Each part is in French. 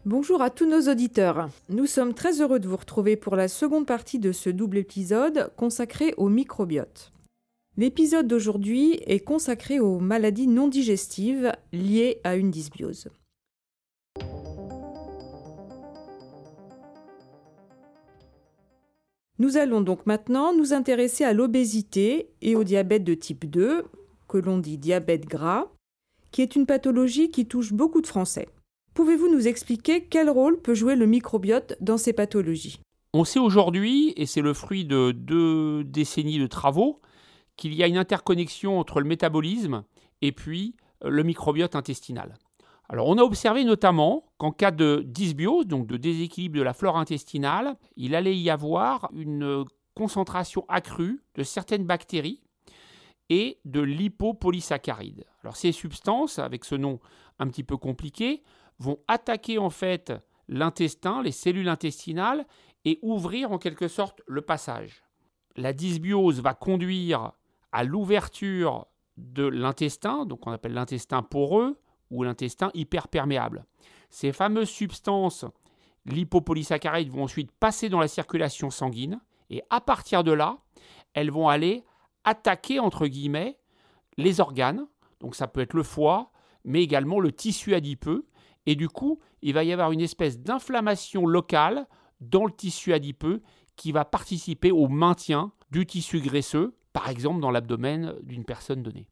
Bonjour à tous nos auditeurs. Nous sommes très heureux de vous retrouver pour la seconde partie de ce double épisode consacré au microbiote. L'épisode d'aujourd'hui est consacré aux maladies non digestives liées à une dysbiose. Nous allons donc maintenant nous intéresser à l'obésité et au diabète de type 2, que l'on dit diabète gras, qui est une pathologie qui touche beaucoup de Français. Pouvez-vous nous expliquer quel rôle peut jouer le microbiote dans ces pathologies ? On sait aujourd'hui, et c'est le fruit de 2 décennies de travaux, qu'il y a une interconnexion entre le métabolisme et puis le microbiote intestinal. Alors on a observé notamment qu'en cas de dysbiose, donc de déséquilibre de la flore intestinale, il allait y avoir une concentration accrue de certaines bactéries et de lipopolysaccharides. Alors ces substances, avec ce nom un petit peu compliqué, vont attaquer en fait l'intestin, les cellules intestinales, et ouvrir en quelque sorte le passage. La dysbiose va conduire à l'ouverture de l'intestin, donc on appelle l'intestin poreux ou l'intestin hyperperméable. Ces fameuses substances lipopolysaccharides vont ensuite passer dans la circulation sanguine et à partir de là, elles vont aller attaquer entre guillemets les organes, donc ça peut être le foie, mais également le tissu adipeux, et du coup, il va y avoir une espèce d'inflammation locale dans le tissu adipeux qui va participer au maintien du tissu graisseux, par exemple dans l'abdomen d'une personne donnée.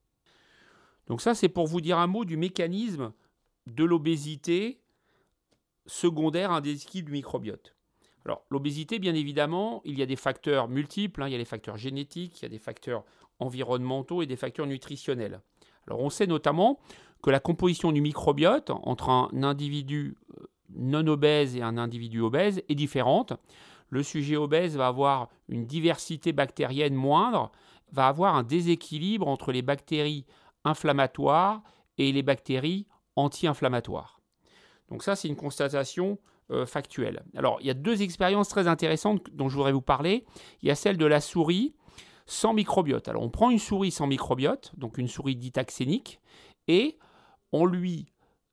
Donc ça, c'est pour vous dire un mot du mécanisme de l'obésité secondaire à un déséquilibre du microbiote. Alors l'obésité, bien évidemment, il y a des facteurs multiples, il y a des facteurs génétiques, il y a des facteurs environnementaux et des facteurs nutritionnels. Alors on sait notamment que la composition du microbiote entre un individu non obèse et un individu obèse est différente. Le sujet obèse va avoir une diversité bactérienne moindre, va avoir un déséquilibre entre les bactéries inflammatoires et les bactéries anti-inflammatoires. Donc ça, c'est une constatation factuelle. Alors, il y a 2 expériences très intéressantes dont je voudrais vous parler. Il y a celle de la souris sans microbiote. Alors, on prend une souris sans microbiote, donc une souris dite axénique, et on lui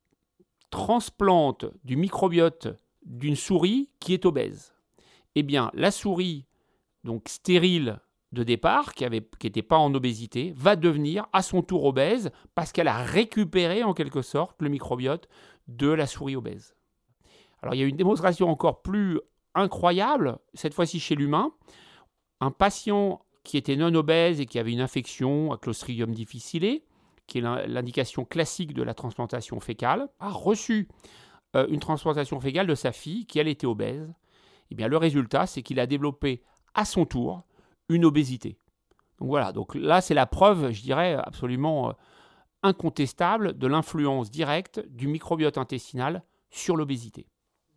transplante du microbiote d'une souris qui est obèse. Eh bien, la souris, donc stérile de départ, qui n'était pas en obésité, va devenir à son tour obèse parce qu'elle a récupéré en quelque sorte le microbiote de la souris obèse. Alors, il y a une démonstration encore plus incroyable, cette fois-ci chez l'humain. Un patient qui était non obèse et qui avait une infection à Clostridium difficile, qui est l'indication classique de la transplantation fécale, a reçu une transplantation fécale de sa fille qui, elle, était obèse. Et bien, le résultat, c'est qu'il a développé à son tour une obésité. Donc voilà, donc là, c'est la preuve, je dirais, absolument incontestable de l'influence directe du microbiote intestinal sur l'obésité.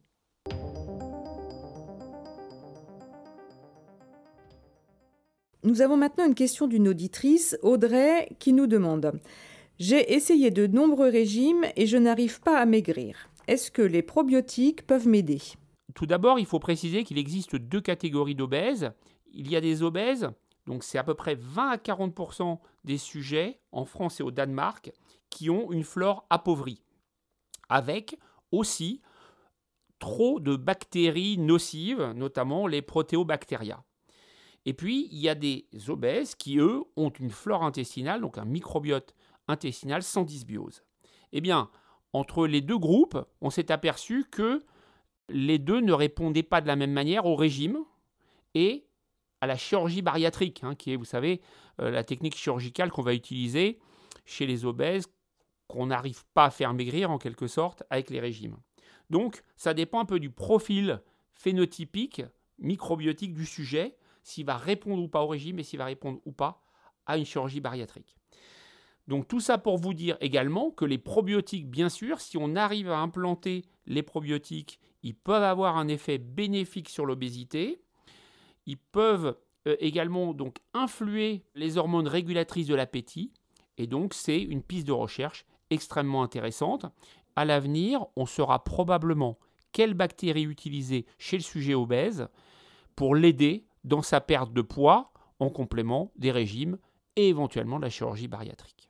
Nous avons maintenant une question d'une auditrice, Audrey, qui nous demande « J'ai essayé de nombreux régimes et je n'arrive pas à maigrir. Est-ce que les probiotiques peuvent m'aider ?» Tout d'abord, il faut préciser qu'il existe 2 catégories d'obèses. Il y a des obèses, donc c'est à peu près 20 à 40% des sujets en France et au Danemark qui ont une flore appauvrie, avec aussi trop de bactéries nocives, notamment les protéobactéria. Et puis, il y a des obèses qui, eux, ont une flore intestinale, donc un microbiote intestinal sans dysbiose. Eh bien, entre les 2 groupes, on s'est aperçu que les 2 ne répondaient pas de la même manière au régime et à la chirurgie bariatrique, qui est, vous savez, la technique chirurgicale qu'on va utiliser chez les obèses, qu'on n'arrive pas à faire maigrir en quelque sorte avec les régimes. Donc, ça dépend un peu du profil phénotypique, microbiotique du sujet, s'il va répondre ou pas au régime et s'il va répondre ou pas à une chirurgie bariatrique. Donc tout ça pour vous dire également que les probiotiques, bien sûr, si on arrive à implanter les probiotiques, ils peuvent avoir un effet bénéfique sur l'obésité. Ils peuvent également donc influer les hormones régulatrices de l'appétit. Et donc c'est une piste de recherche extrêmement intéressante. À l'avenir, on saura probablement quelles bactéries utiliser chez le sujet obèse pour l'aider dans sa perte de poids en complément des régimes et éventuellement de la chirurgie bariatrique.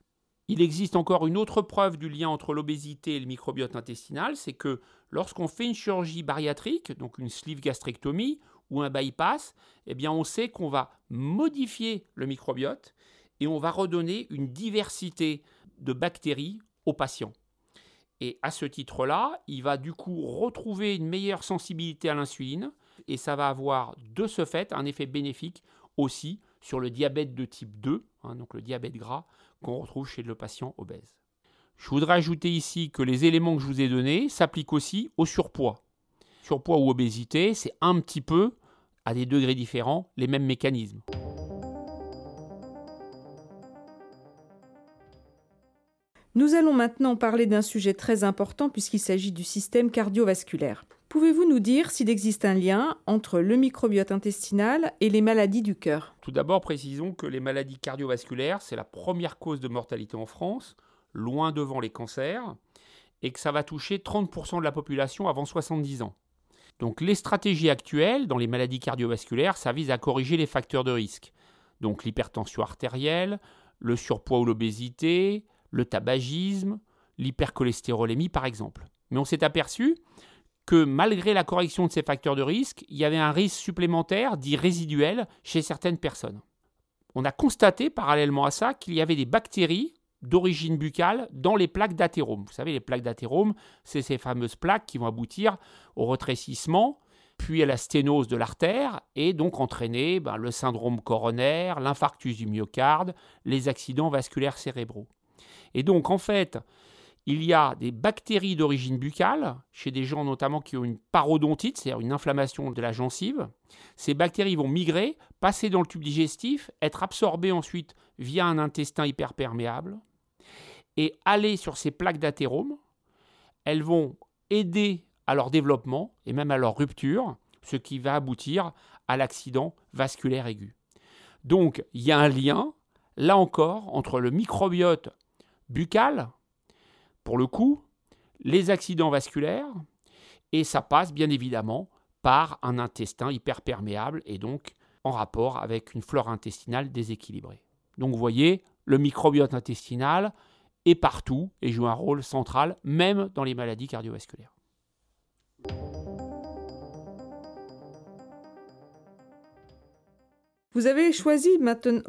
Il existe encore une autre preuve du lien entre l'obésité et le microbiote intestinal, c'est que lorsqu'on fait une chirurgie bariatrique, donc une sleeve gastrectomie ou un bypass, eh bien on sait qu'on va modifier le microbiote et on va redonner une diversité de bactéries aux patients. Et à ce titre-là, il va du coup retrouver une meilleure sensibilité à l'insuline et ça va avoir de ce fait un effet bénéfique aussi sur le diabète de type 2, donc le diabète gras qu'on retrouve chez le patient obèse. Je voudrais ajouter ici que les éléments que je vous ai donnés s'appliquent aussi au surpoids. Surpoids ou obésité, c'est un petit peu, à des degrés différents, les mêmes mécanismes. Nous allons maintenant parler d'un sujet très important puisqu'il s'agit du système cardiovasculaire. Pouvez-vous nous dire s'il existe un lien entre le microbiote intestinal et les maladies du cœur ? Tout d'abord, précisons que les maladies cardiovasculaires, c'est la première cause de mortalité en France, loin devant les cancers, et que ça va toucher 30% de la population avant 70 ans. Donc les stratégies actuelles dans les maladies cardiovasculaires, ça vise à corriger les facteurs de risque. Donc l'hypertension artérielle, le surpoids ou l'obésité, le tabagisme, l'hypercholestérolémie par exemple. Mais on s'est aperçu que malgré la correction de ces facteurs de risque, il y avait un risque supplémentaire, dit résiduel, chez certaines personnes. On a constaté parallèlement à ça qu'il y avait des bactéries d'origine buccale dans les plaques d'athérome. Vous savez, les plaques d'athérome, c'est ces fameuses plaques qui vont aboutir au rétrécissement, puis à la sténose de l'artère, et donc entraîner le syndrome coronaire, l'infarctus du myocarde, les accidents vasculaires cérébraux. Et donc, en fait, il y a des bactéries d'origine buccale, chez des gens notamment qui ont une parodontite, c'est-à-dire une inflammation de la gencive. Ces bactéries vont migrer, passer dans le tube digestif, être absorbées ensuite via un intestin hyperperméable et aller sur ces plaques d'athérome. Elles vont aider à leur développement et même à leur rupture, ce qui va aboutir à l'accident vasculaire aigu. Donc, il y a un lien, là encore, entre le microbiote buccal, pour le coup, les accidents vasculaires, et ça passe bien évidemment par un intestin hyperperméable et donc en rapport avec une flore intestinale déséquilibrée. Donc vous voyez, le microbiote intestinal est partout et joue un rôle central, même dans les maladies cardiovasculaires. Vous avez choisi maintenant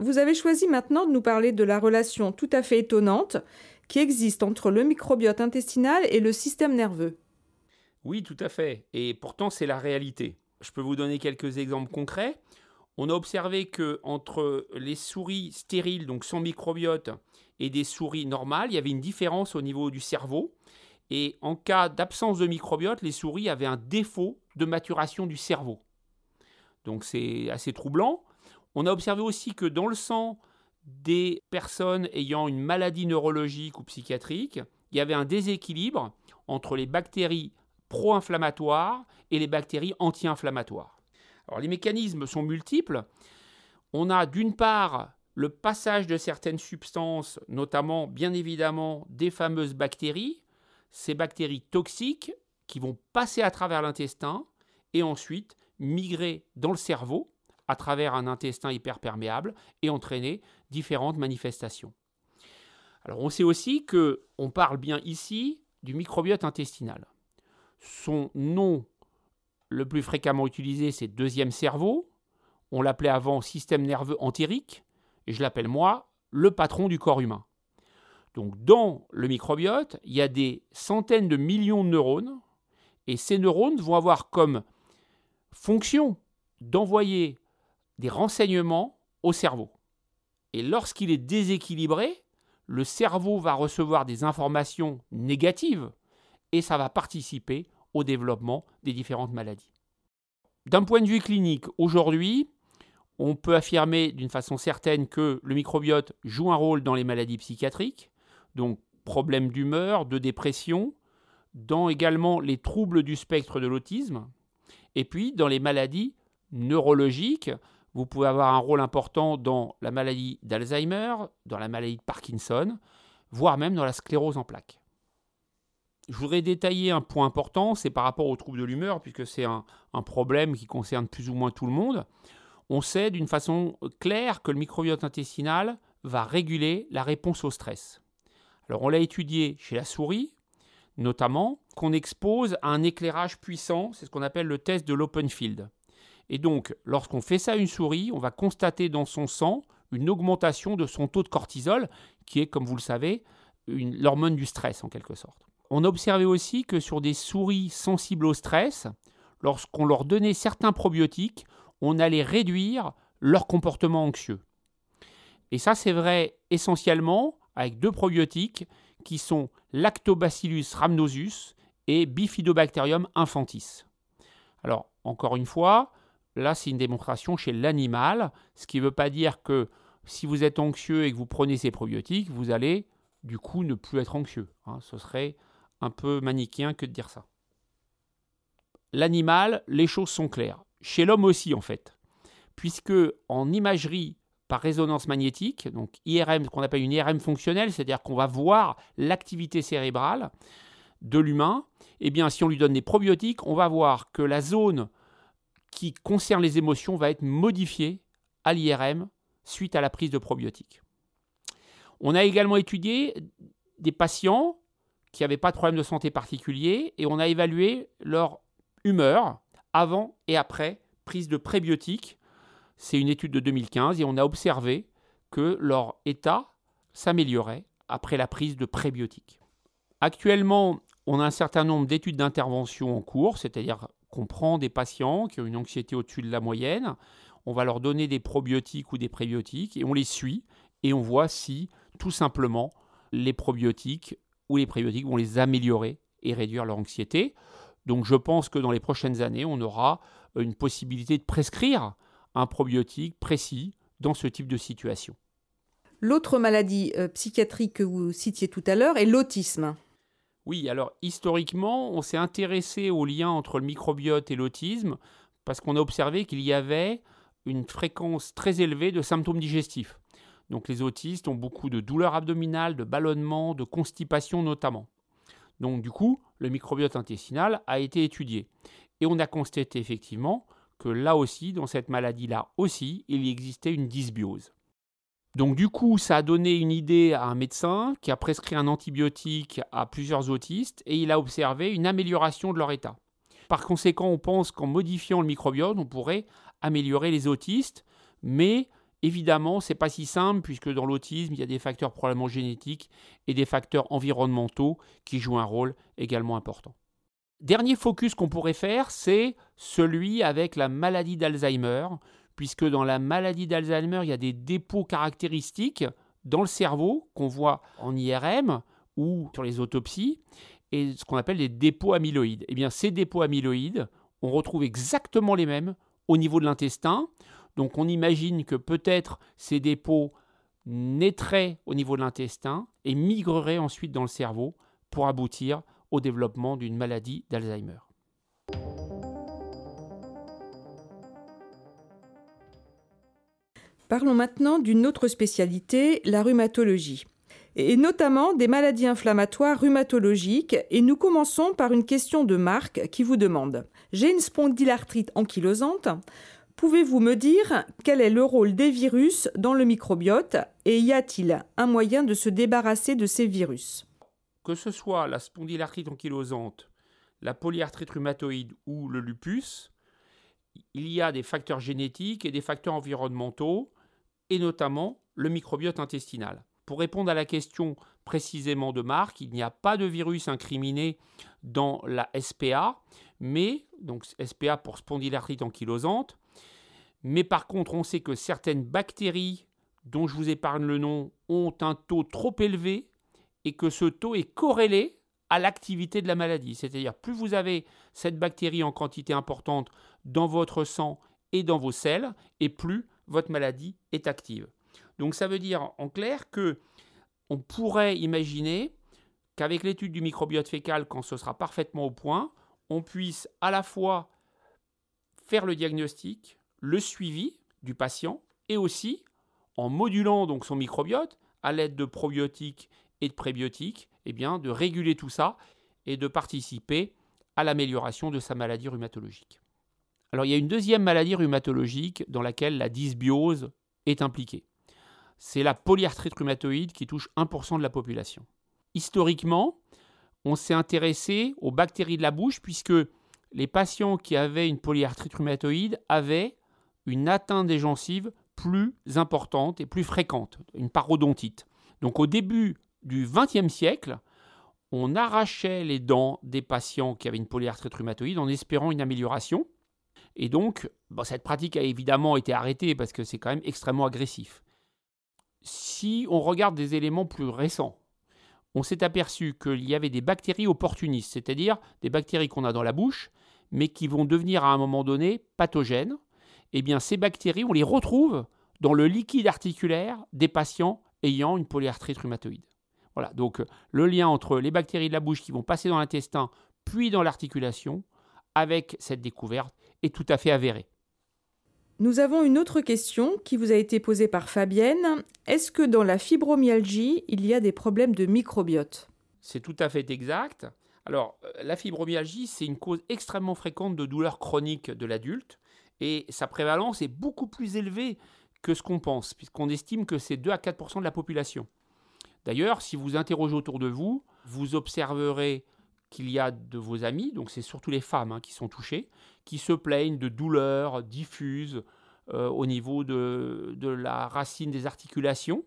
de nous parler de la relation tout à fait étonnante qui existe entre le microbiote intestinal et le système nerveux. Oui, tout à fait. Et pourtant, c'est la réalité. Je peux vous donner quelques exemples concrets. On a observé qu'entre les souris stériles, donc sans microbiote, et des souris normales, il y avait une différence au niveau du cerveau. Et en cas d'absence de microbiote, les souris avaient un défaut de maturation du cerveau. Donc c'est assez troublant. On a observé aussi que dans le sang des personnes ayant une maladie neurologique ou psychiatrique, il y avait un déséquilibre entre les bactéries pro-inflammatoires et les bactéries anti-inflammatoires. Alors les mécanismes sont multiples. On a d'une part le passage de certaines substances, notamment bien évidemment des fameuses bactéries, ces bactéries toxiques qui vont passer à travers l'intestin et ensuite migrer dans le cerveau à travers un intestin hyperperméable et entraîner différentes manifestations. Alors on sait aussi qu'on parle bien ici du microbiote intestinal. Son nom le plus fréquemment utilisé, c'est deuxième cerveau. On l'appelait avant système nerveux entérique, et je l'appelle moi le patron du corps humain. Donc dans le microbiote, il y a des centaines de millions de neurones, et ces neurones vont avoir comme fonction d'envoyer des renseignements au cerveau. Et lorsqu'il est déséquilibré, le cerveau va recevoir des informations négatives et ça va participer au développement des différentes maladies. D'un point de vue clinique, aujourd'hui, on peut affirmer d'une façon certaine que le microbiote joue un rôle dans les maladies psychiatriques, donc problèmes d'humeur, de dépression, dans également les troubles du spectre de l'autisme, et puis dans les maladies neurologiques. Vous pouvez avoir un rôle important dans la maladie d'Alzheimer, dans la maladie de Parkinson, voire même dans la sclérose en plaques. Je voudrais détailler un point important, c'est par rapport aux troubles de l'humeur, puisque c'est un problème qui concerne plus ou moins tout le monde. On sait d'une façon claire que le microbiote intestinal va réguler la réponse au stress. Alors on l'a étudié chez la souris, notamment, qu'on expose à un éclairage puissant, c'est ce qu'on appelle le test de l'open field. Et donc, lorsqu'on fait ça à une souris, on va constater dans son sang une augmentation de son taux de cortisol, qui est, comme vous le savez, l'hormone du stress en quelque sorte. On a observé aussi que sur des souris sensibles au stress, lorsqu'on leur donnait certains probiotiques, on allait réduire leur comportement anxieux. Et ça, c'est vrai essentiellement avec 2 probiotiques qui sont Lactobacillus rhamnosus et Bifidobacterium infantis. Alors, encore une fois, là, c'est une démonstration chez l'animal, ce qui ne veut pas dire que si vous êtes anxieux et que vous prenez ces probiotiques, vous allez, du coup, ne plus être anxieux. Ce serait un peu manichéen que de dire ça. L'animal, les choses sont claires. Chez l'homme aussi, en fait. Puisque en imagerie par résonance magnétique, donc IRM, ce qu'on appelle une IRM fonctionnelle, c'est-à-dire qu'on va voir l'activité cérébrale de l'humain, eh bien, si on lui donne des probiotiques, on va voir que la zone qui concerne les émotions va être modifiée à l'IRM suite à la prise de probiotiques. On a également étudié des patients qui n'avaient pas de problème de santé particulier et on a évalué leur humeur avant et après prise de prébiotiques. C'est une étude de 2015 et on a observé que leur état s'améliorait après la prise de prébiotiques. Actuellement, on a un certain nombre d'études d'intervention en cours, c'est-à-dire qu'on prend des patients qui ont une anxiété au-dessus de la moyenne, on va leur donner des probiotiques ou des prébiotiques et on les suit et on voit si, tout simplement, les probiotiques ou les prébiotiques vont les améliorer et réduire leur anxiété. Donc je pense que dans les prochaines années, on aura une possibilité de prescrire un probiotique précis dans ce type de situation. L'autre maladie psychiatrique que vous citiez tout à l'heure est l'autisme. Oui, alors historiquement, on s'est intéressé au lien entre le microbiote et l'autisme parce qu'on a observé qu'il y avait une fréquence très élevée de symptômes digestifs. Donc les autistes ont beaucoup de douleurs abdominales, de ballonnements, de constipation notamment. Donc du coup, le microbiote intestinal a été étudié. Et on a constaté effectivement que là aussi, dans cette maladie-là aussi, il y existait une dysbiose. Donc du coup, ça a donné une idée à un médecin qui a prescrit un antibiotique à plusieurs autistes et il a observé une amélioration de leur état. Par conséquent, on pense qu'en modifiant le microbiote, on pourrait améliorer les autistes, mais évidemment, ce n'est pas si simple puisque dans l'autisme, il y a des facteurs probablement génétiques et des facteurs environnementaux qui jouent un rôle également important. Dernier focus qu'on pourrait faire, c'est celui avec la maladie d'Alzheimer, puisque dans la maladie d'Alzheimer, il y a des dépôts caractéristiques dans le cerveau qu'on voit en IRM ou sur les autopsies, et ce qu'on appelle des dépôts amyloïdes. Eh bien, ces dépôts amyloïdes, on retrouve exactement les mêmes au niveau de l'intestin. Donc, on imagine que peut-être ces dépôts naîtraient au niveau de l'intestin et migreraient ensuite dans le cerveau pour aboutir au développement d'une maladie d'Alzheimer. Parlons maintenant d'une autre spécialité, la rhumatologie, et notamment des maladies inflammatoires rhumatologiques. Et nous commençons par une question de Marc qui vous demande « J'ai une spondylarthrite ankylosante. Pouvez-vous me dire quel est le rôle des virus dans le microbiote et y a-t-il un moyen de se débarrasser de ces virus ?» Que ce soit la spondylarthrite ankylosante, la polyarthrite rhumatoïde ou le lupus, il y a des facteurs génétiques et des facteurs environnementaux, et notamment le microbiote intestinal. Pour répondre à la question précisément de Marc, il n'y a pas de virus incriminé dans la SPA, mais donc SPA pour spondylarthrite ankylosante. Mais par contre, on sait que certaines bactéries dont je vous épargne le nom ont un taux trop élevé et que ce taux est corrélé à l'activité de la maladie. C'est-à-dire, plus vous avez cette bactérie en quantité importante dans votre sang et dans vos selles, et plus votre maladie est active. Donc ça veut dire en clair qu'on pourrait imaginer qu'avec l'étude du microbiote fécal, quand ce sera parfaitement au point, on puisse à la fois faire le diagnostic, le suivi du patient, et aussi, en modulant donc son microbiote, à l'aide de probiotiques et de prébiotiques, eh bien, de réguler tout ça et de participer à l'amélioration de sa maladie rhumatologique. Alors, il y a une deuxième maladie rhumatologique dans laquelle la dysbiose est impliquée. C'est la polyarthrite rhumatoïde qui touche 1% de la population. historiquement, on s'est intéressé aux bactéries de la bouche puisque les patients qui avaient une polyarthrite rhumatoïde avaient une atteinte des gencives plus importante et plus fréquente, une parodontite. Donc au début du XXe siècle, on arrachait les dents des patients qui avaient une polyarthrite rhumatoïde en espérant une amélioration. Et donc, cette pratique a évidemment été arrêtée parce que c'est quand même extrêmement agressif. Si on regarde des éléments plus récents, on s'est aperçu qu'il y avait des bactéries opportunistes, c'est-à-dire des bactéries qu'on a dans la bouche, mais qui vont devenir à un moment donné pathogènes. Eh bien, ces bactéries, on les retrouve dans le liquide articulaire des patients ayant une polyarthrite rhumatoïde. Voilà, donc le lien entre les bactéries de la bouche qui vont passer dans l'intestin, puis dans l'articulation, avec cette découverte, est tout à fait avéré. Nous avons une autre question qui vous a été posée par Fabienne. Est-ce que dans la fibromyalgie, il y a des problèmes de microbiote ? C'est tout à fait exact. Alors, la fibromyalgie, c'est une cause extrêmement fréquente de douleurs chroniques de l'adulte et sa prévalence est beaucoup plus élevée que ce qu'on pense, puisqu'on estime que c'est 2 à 4% de la population. D'ailleurs, si vous interrogez autour de vous, vous observerez qu'il y a de vos amis, donc c'est surtout les femmes qui sont touchées, qui se plaignent de douleurs diffuses au niveau de la racine des articulations.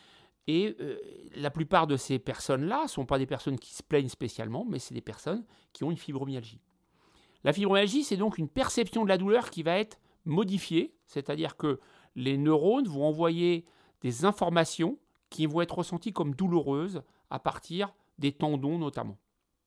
Et la plupart de ces personnes-là ne sont pas des personnes qui se plaignent spécialement, mais c'est des personnes qui ont une fibromyalgie. La fibromyalgie, c'est donc une perception de la douleur qui va être modifiée, c'est-à-dire que les neurones vont envoyer des informations qui vont être ressenties comme douloureuses à partir des tendons notamment.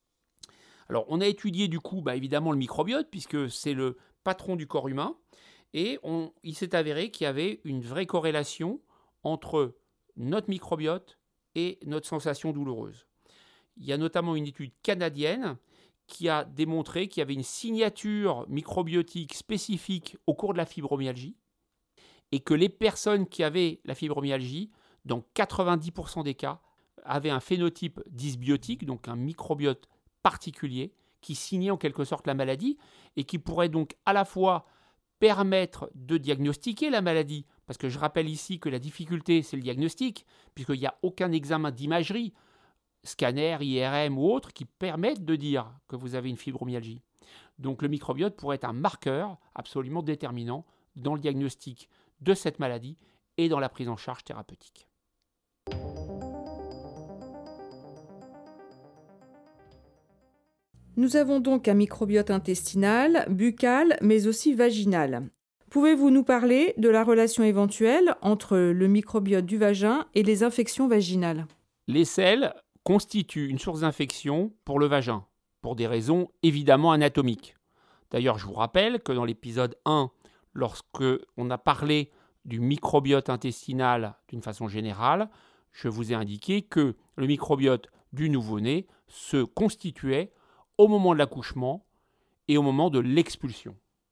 Alors, on a étudié du coup, évidemment, le microbiote, puisque c'est le patron du corps humain, et il s'est avéré qu'il y avait une vraie corrélation entre notre microbiote et notre sensation douloureuse. Il y a notamment une étude canadienne qui a démontré qu'il y avait une signature microbiotique spécifique au cours de la fibromyalgie, et que les personnes qui avaient la fibromyalgie, dans 90% des cas, avaient un phénotype dysbiotique, donc un microbiote particulier, qui signait en quelque sorte la maladie et qui pourrait donc à la fois permettre de diagnostiquer la maladie, parce que je rappelle ici que la difficulté, c'est le diagnostic, puisqu'il n'y a aucun examen d'imagerie, scanner, IRM ou autre, qui permettent de dire que vous avez une fibromyalgie. Donc le microbiote pourrait être un marqueur absolument déterminant dans le diagnostic de cette maladie et dans la prise en charge thérapeutique. Nous avons donc un microbiote intestinal, buccal, mais aussi vaginal. Pouvez-vous nous parler de la relation éventuelle entre le microbiote du vagin et les infections vaginales ? Les selles constituent une source d'infection pour le vagin, pour des raisons évidemment anatomiques. D'ailleurs, je vous rappelle que dans l'épisode 1, lorsque on a parlé du microbiote intestinal d'une façon générale, je vous ai indiqué que le microbiote du nouveau-né se constituait au moment de l'accouchement et au moment de l'expulsion.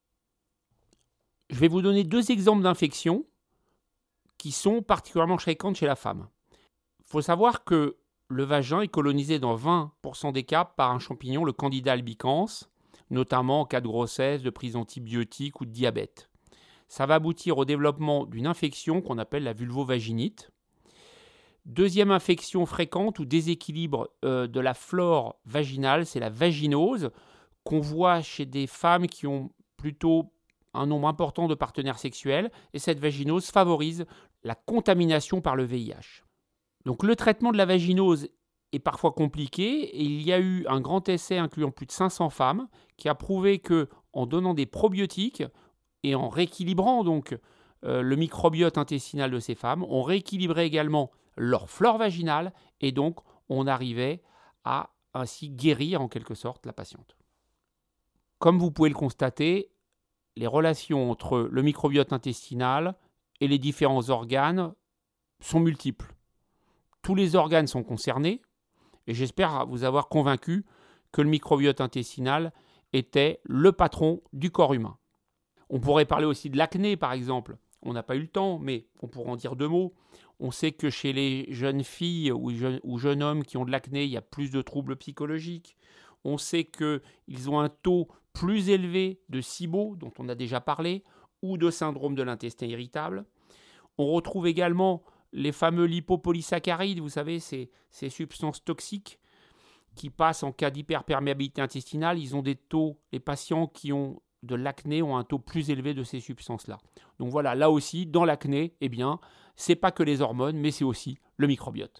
Je vais vous donner 2 exemples d'infections qui sont particulièrement fréquentes chez la femme. Il faut savoir que le vagin est colonisé dans 20% des cas par un champignon, le Candida albicans, notamment en cas de grossesse, de prise d'antibiotiques ou de diabète. Ça va aboutir au développement d'une infection qu'on appelle la vulvovaginite. Deuxième infection fréquente ou déséquilibre de la flore vaginale, c'est la vaginose, qu'on voit chez des femmes qui ont plutôt un nombre important de partenaires sexuels, et cette vaginose favorise la contamination par le VIH. Donc le traitement de la vaginose est parfois compliqué, et il y a eu un grand essai incluant plus de 500 femmes qui a prouvé qu'en donnant des probiotiques et en rééquilibrant donc le microbiote intestinal de ces femmes, on rééquilibrait également leur flore vaginale et donc on arrivait à ainsi guérir en quelque sorte la patiente. Comme vous pouvez le constater, les relations entre le microbiote intestinal et les différents organes sont multiples. Tous les organes sont concernés et j'espère vous avoir convaincu que le microbiote intestinal était le patron du corps humain. On pourrait parler aussi de l'acné par exemple. On n'a pas eu le temps, mais on pourrait en dire 2 mots. On sait que chez les jeunes filles ou jeunes hommes qui ont de l'acné, il y a plus de troubles psychologiques. On sait qu'ils ont un taux plus élevé de SIBO, dont on a déjà parlé, ou de syndrome de l'intestin irritable. On retrouve également les fameux lipopolysaccharides, vous savez, ces substances toxiques qui passent en cas d'hyperperméabilité intestinale, ils ont des taux, les patients qui ont de l'acné ont un taux plus élevé de ces substances-là. Donc voilà, là aussi, dans l'acné, eh bien, c'est pas que les hormones, mais c'est aussi le microbiote.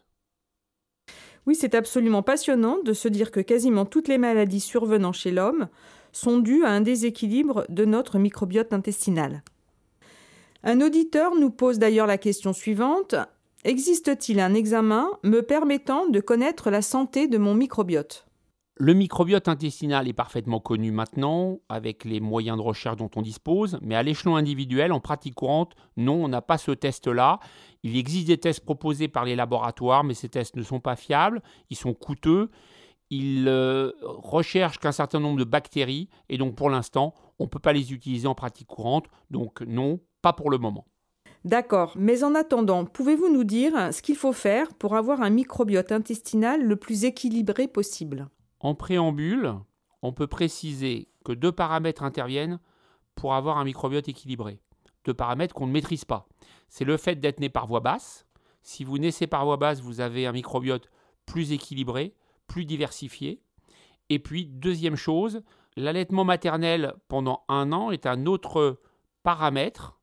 Oui, c'est absolument passionnant de se dire que quasiment toutes les maladies survenant chez l'homme sont dues à un déséquilibre de notre microbiote intestinal. Un auditeur nous pose d'ailleurs la question suivante. Existe-t-il un examen me permettant de connaître la santé de mon microbiote ? Le microbiote intestinal est parfaitement connu maintenant, avec les moyens de recherche dont on dispose, mais à l'échelon individuel, en pratique courante, non, on n'a pas ce test-là. Il existe des tests proposés par les laboratoires, mais ces tests ne sont pas fiables, ils sont coûteux, ils recherchent qu'un certain nombre de bactéries, et donc pour l'instant, on ne peut pas les utiliser en pratique courante, donc non, pas pour le moment. D'accord, mais en attendant, pouvez-vous nous dire ce qu'il faut faire pour avoir un microbiote intestinal le plus équilibré possible ? En préambule, on peut préciser que 2 paramètres interviennent pour avoir un microbiote équilibré. 2 paramètres qu'on ne maîtrise pas. C'est le fait d'être né par voie basse. Si vous naissez par voie basse, vous avez un microbiote plus équilibré, plus diversifié. Et puis, deuxième chose, l'allaitement maternel pendant 1 an est un autre paramètre.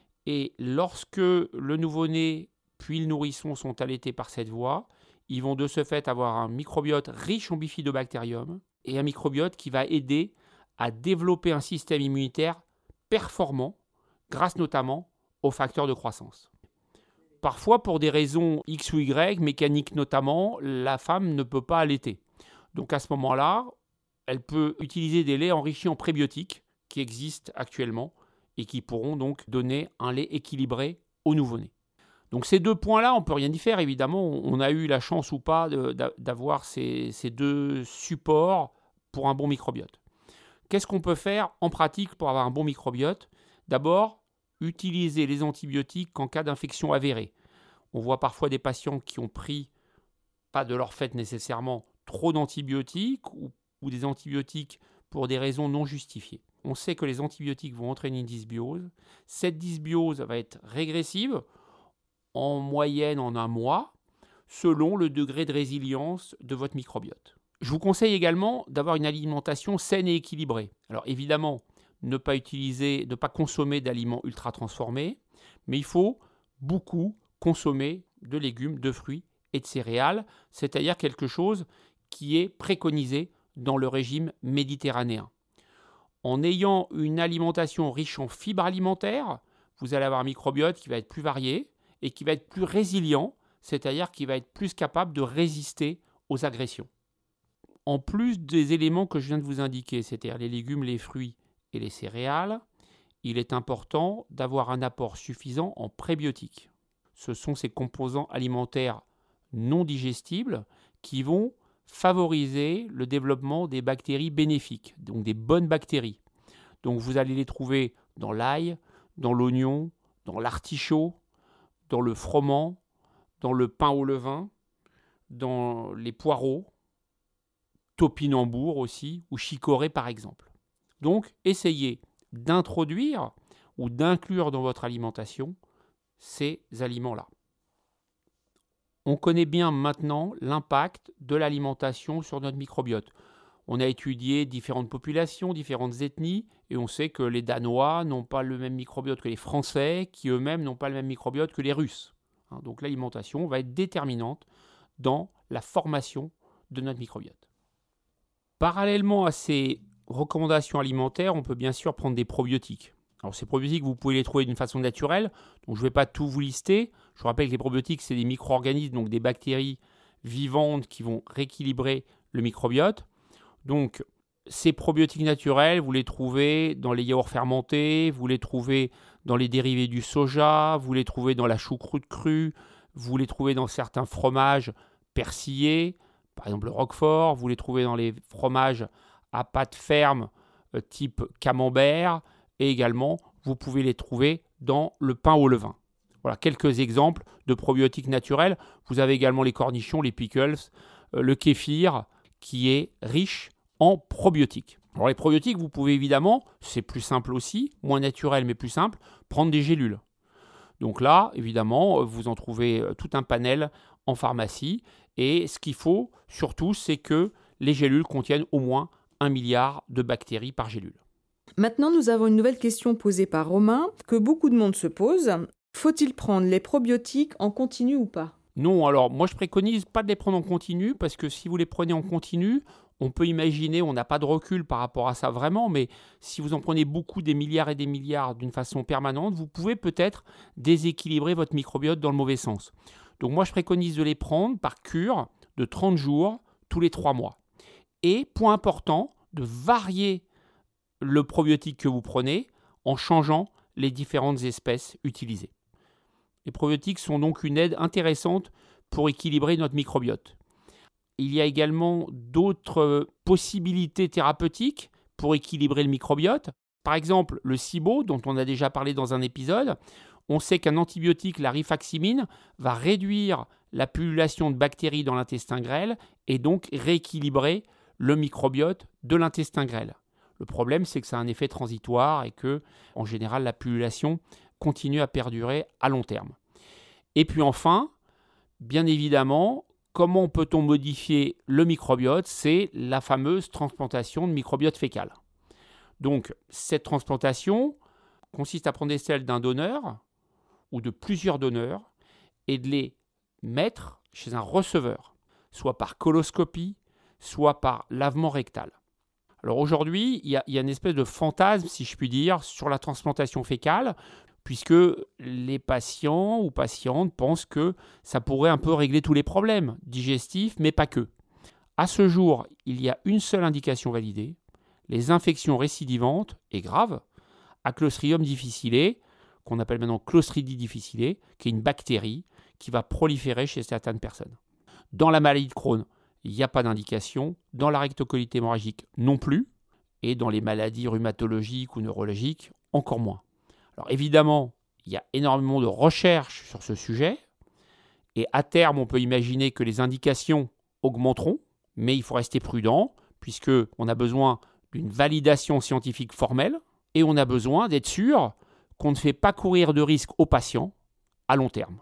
Et lorsque le nouveau-né puis le nourrisson sont allaités par cette voie, ils vont de ce fait avoir un microbiote riche en bifidobacterium et un microbiote qui va aider à développer un système immunitaire performant grâce notamment aux facteurs de croissance. Parfois, pour des raisons X ou Y, mécaniques notamment, la femme ne peut pas allaiter. Donc à ce moment-là, elle peut utiliser des laits enrichis en prébiotiques qui existent actuellement et qui pourront donc donner un lait équilibré au nouveau-né. Donc ces 2 points-là, on ne peut rien y faire, évidemment. On a eu la chance ou pas d'avoir ces 2 supports pour un bon microbiote. Qu'est-ce qu'on peut faire en pratique pour avoir un bon microbiote ? D'abord, utiliser les antibiotiques en cas d'infection avérée. On voit parfois des patients qui ont pris, pas de leur fait nécessairement, trop d'antibiotiques ou des antibiotiques pour des raisons non justifiées. On sait que les antibiotiques vont entraîner une dysbiose. Cette dysbiose va être régressive, en moyenne en 1 mois, selon le degré de résilience de votre microbiote. Je vous conseille également d'avoir une alimentation saine et équilibrée. Alors évidemment, ne pas consommer d'aliments ultra transformés, mais il faut beaucoup consommer de légumes, de fruits et de céréales, c'est-à-dire quelque chose qui est préconisé dans le régime méditerranéen. En ayant une alimentation riche en fibres alimentaires, vous allez avoir un microbiote qui va être plus varié, et qui va être plus résilient, c'est-à-dire qui va être plus capable de résister aux agressions. En plus des éléments que je viens de vous indiquer, c'est-à-dire les légumes, les fruits et les céréales, il est important d'avoir un apport suffisant en prébiotiques. Ce sont ces composants alimentaires non digestibles qui vont favoriser le développement des bactéries bénéfiques, donc des bonnes bactéries. Donc vous allez les trouver dans l'ail, dans l'oignon, dans l'artichaut, dans le froment, dans le pain au levain, dans les poireaux, topinambour aussi, ou chicorée par exemple. Donc, essayez d'introduire ou d'inclure dans votre alimentation ces aliments-là. On connaît bien maintenant l'impact de l'alimentation sur notre microbiote. On a étudié différentes populations, différentes ethnies, et on sait que les Danois n'ont pas le même microbiote que les Français, qui eux-mêmes n'ont pas le même microbiote que les Russes. Donc l'alimentation va être déterminante dans la formation de notre microbiote. Parallèlement à ces recommandations alimentaires, on peut bien sûr prendre des probiotiques. Alors ces probiotiques, vous pouvez les trouver d'une façon naturelle, donc je ne vais pas tout vous lister. Je vous rappelle que les probiotiques, c'est des micro-organismes, donc des bactéries vivantes qui vont rééquilibrer le microbiote. Donc, ces probiotiques naturels, vous les trouvez dans les yaourts fermentés, vous les trouvez dans les dérivés du soja, vous les trouvez dans la choucroute crue, vous les trouvez dans certains fromages persillés, par exemple le roquefort, vous les trouvez dans les fromages à pâte ferme type camembert, et également, vous pouvez les trouver dans le pain au levain. Voilà quelques exemples de probiotiques naturels. Vous avez également les cornichons, les pickles, le kéfir, qui est riche en probiotiques. Alors les probiotiques, vous pouvez évidemment, c'est plus simple aussi, moins naturel mais plus simple, prendre des gélules. Donc là, évidemment, vous en trouvez tout un panel en pharmacie. Et ce qu'il faut surtout, c'est que les gélules contiennent au moins 1 milliard de bactéries par gélule. Maintenant, nous avons une nouvelle question posée par Romain que beaucoup de monde se pose. Faut-il prendre les probiotiques en continu ou pas ? Non, alors moi je préconise pas de les prendre en continu parce que si vous les prenez en continu, on peut imaginer, on n'a pas de recul par rapport à ça vraiment, mais si vous en prenez beaucoup, des milliards et des milliards d'une façon permanente, vous pouvez peut-être déséquilibrer votre microbiote dans le mauvais sens. Donc moi je préconise de les prendre par cure de 30 jours tous les 3 mois. Et point important, de varier le probiotique que vous prenez en changeant les différentes espèces utilisées. Les probiotiques sont donc une aide intéressante pour équilibrer notre microbiote. Il y a également d'autres possibilités thérapeutiques pour équilibrer le microbiote. Par exemple, le SIBO, dont on a déjà parlé dans un épisode. On sait qu'un antibiotique, la rifaximine, va réduire la pullulation de bactéries dans l'intestin grêle et donc rééquilibrer le microbiote de l'intestin grêle. Le problème, c'est que ça a un effet transitoire et que, en général, la pullulation continue à perdurer à long terme. Et puis enfin, bien évidemment, comment peut-on modifier le microbiote ? C'est la fameuse transplantation de microbiote fécal. Donc, cette transplantation consiste à prendre des selles d'un donneur ou de plusieurs donneurs et de les mettre chez un receveur, soit par coloscopie, soit par lavement rectal. Alors aujourd'hui, il y a une espèce de fantasme, si je puis dire, sur la transplantation fécale, puisque les patients ou patientes pensent que ça pourrait un peu régler tous les problèmes digestifs, mais pas que. À ce jour, il y a une seule indication validée, les infections récidivantes et graves à Clostridium difficile, qu'on appelle maintenant Clostridie difficile, qui est une bactérie qui va proliférer chez certaines personnes. Dans la maladie de Crohn, il n'y a pas d'indication, dans la rectocolite hémorragique non plus, et dans les maladies rhumatologiques ou neurologiques encore moins. Alors évidemment, il y a énormément de recherches sur ce sujet, et à terme, on peut imaginer que les indications augmenteront, mais il faut rester prudent, puisqu'on a besoin d'une validation scientifique formelle, et on a besoin d'être sûr qu'on ne fait pas courir de risques aux patients à long terme.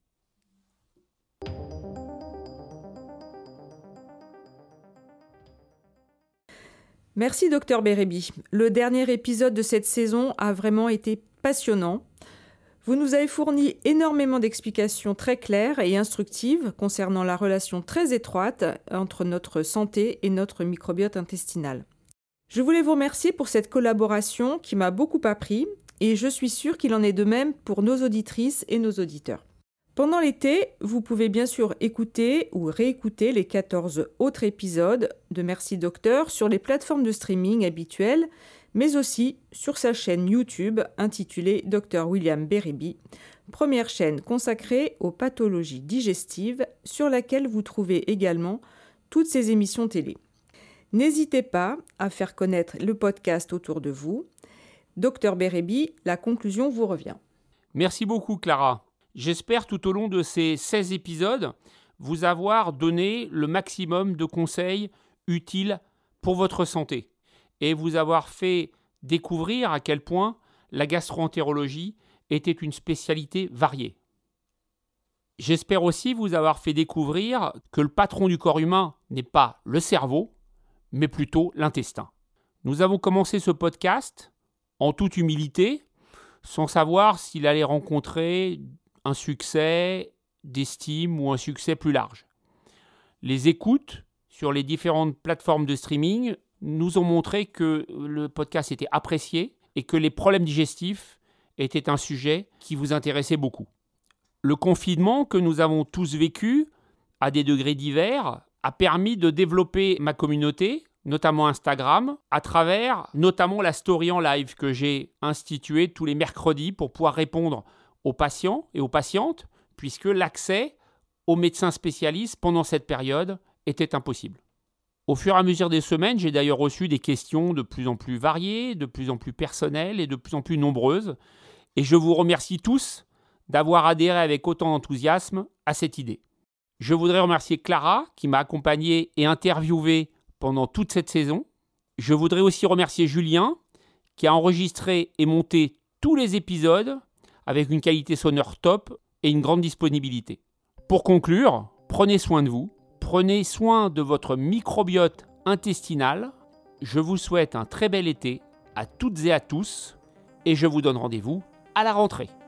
Merci Dr Bérébi. Le dernier épisode de cette saison a vraiment été passionnant. Vous nous avez fourni énormément d'explications très claires et instructives concernant la relation très étroite entre notre santé et notre microbiote intestinal. Je voulais vous remercier pour cette collaboration qui m'a beaucoup appris et je suis sûre qu'il en est de même pour nos auditrices et nos auditeurs. Pendant l'été, vous pouvez bien sûr écouter ou réécouter les 14 autres épisodes de Merci Docteur sur les plateformes de streaming habituelles, mais aussi sur sa chaîne YouTube intitulée Dr William Bérébi, première chaîne consacrée aux pathologies digestives sur laquelle vous trouvez également toutes ces émissions télé. N'hésitez pas à faire connaître le podcast autour de vous. Dr Bérébi, la conclusion vous revient. Merci beaucoup Clara. J'espère tout au long de ces 16 épisodes vous avoir donné le maximum de conseils utiles pour votre santé et vous avoir fait découvrir à quel point la gastro-entérologie était une spécialité variée. J'espère aussi vous avoir fait découvrir que le patron du corps humain n'est pas le cerveau, mais plutôt l'intestin. Nous avons commencé ce podcast en toute humilité, sans savoir s'il allait rencontrer un succès d'estime ou un succès plus large. Les écoutes sur les différentes plateformes de streaming nous ont montré que le podcast était apprécié et que les problèmes digestifs étaient un sujet qui vous intéressait beaucoup. Le confinement que nous avons tous vécu, à des degrés divers, a permis de développer ma communauté, notamment Instagram, à travers notamment la story en live que j'ai instituée tous les mercredis pour pouvoir répondre aux patients et aux patientes, puisque l'accès aux médecins spécialistes pendant cette période était impossible. Au fur et à mesure des semaines, j'ai d'ailleurs reçu des questions de plus en plus variées, de plus en plus personnelles et de plus en plus nombreuses, et je vous remercie tous d'avoir adhéré avec autant d'enthousiasme à cette idée. Je voudrais remercier Clara, qui m'a accompagné et interviewé pendant toute cette saison. Je voudrais aussi remercier Julien, qui a enregistré et monté tous les épisodes avec une qualité sonore top et une grande disponibilité. Pour conclure, prenez soin de vous, prenez soin de votre microbiote intestinal. Je vous souhaite un très bel été à toutes et à tous et je vous donne rendez-vous à la rentrée.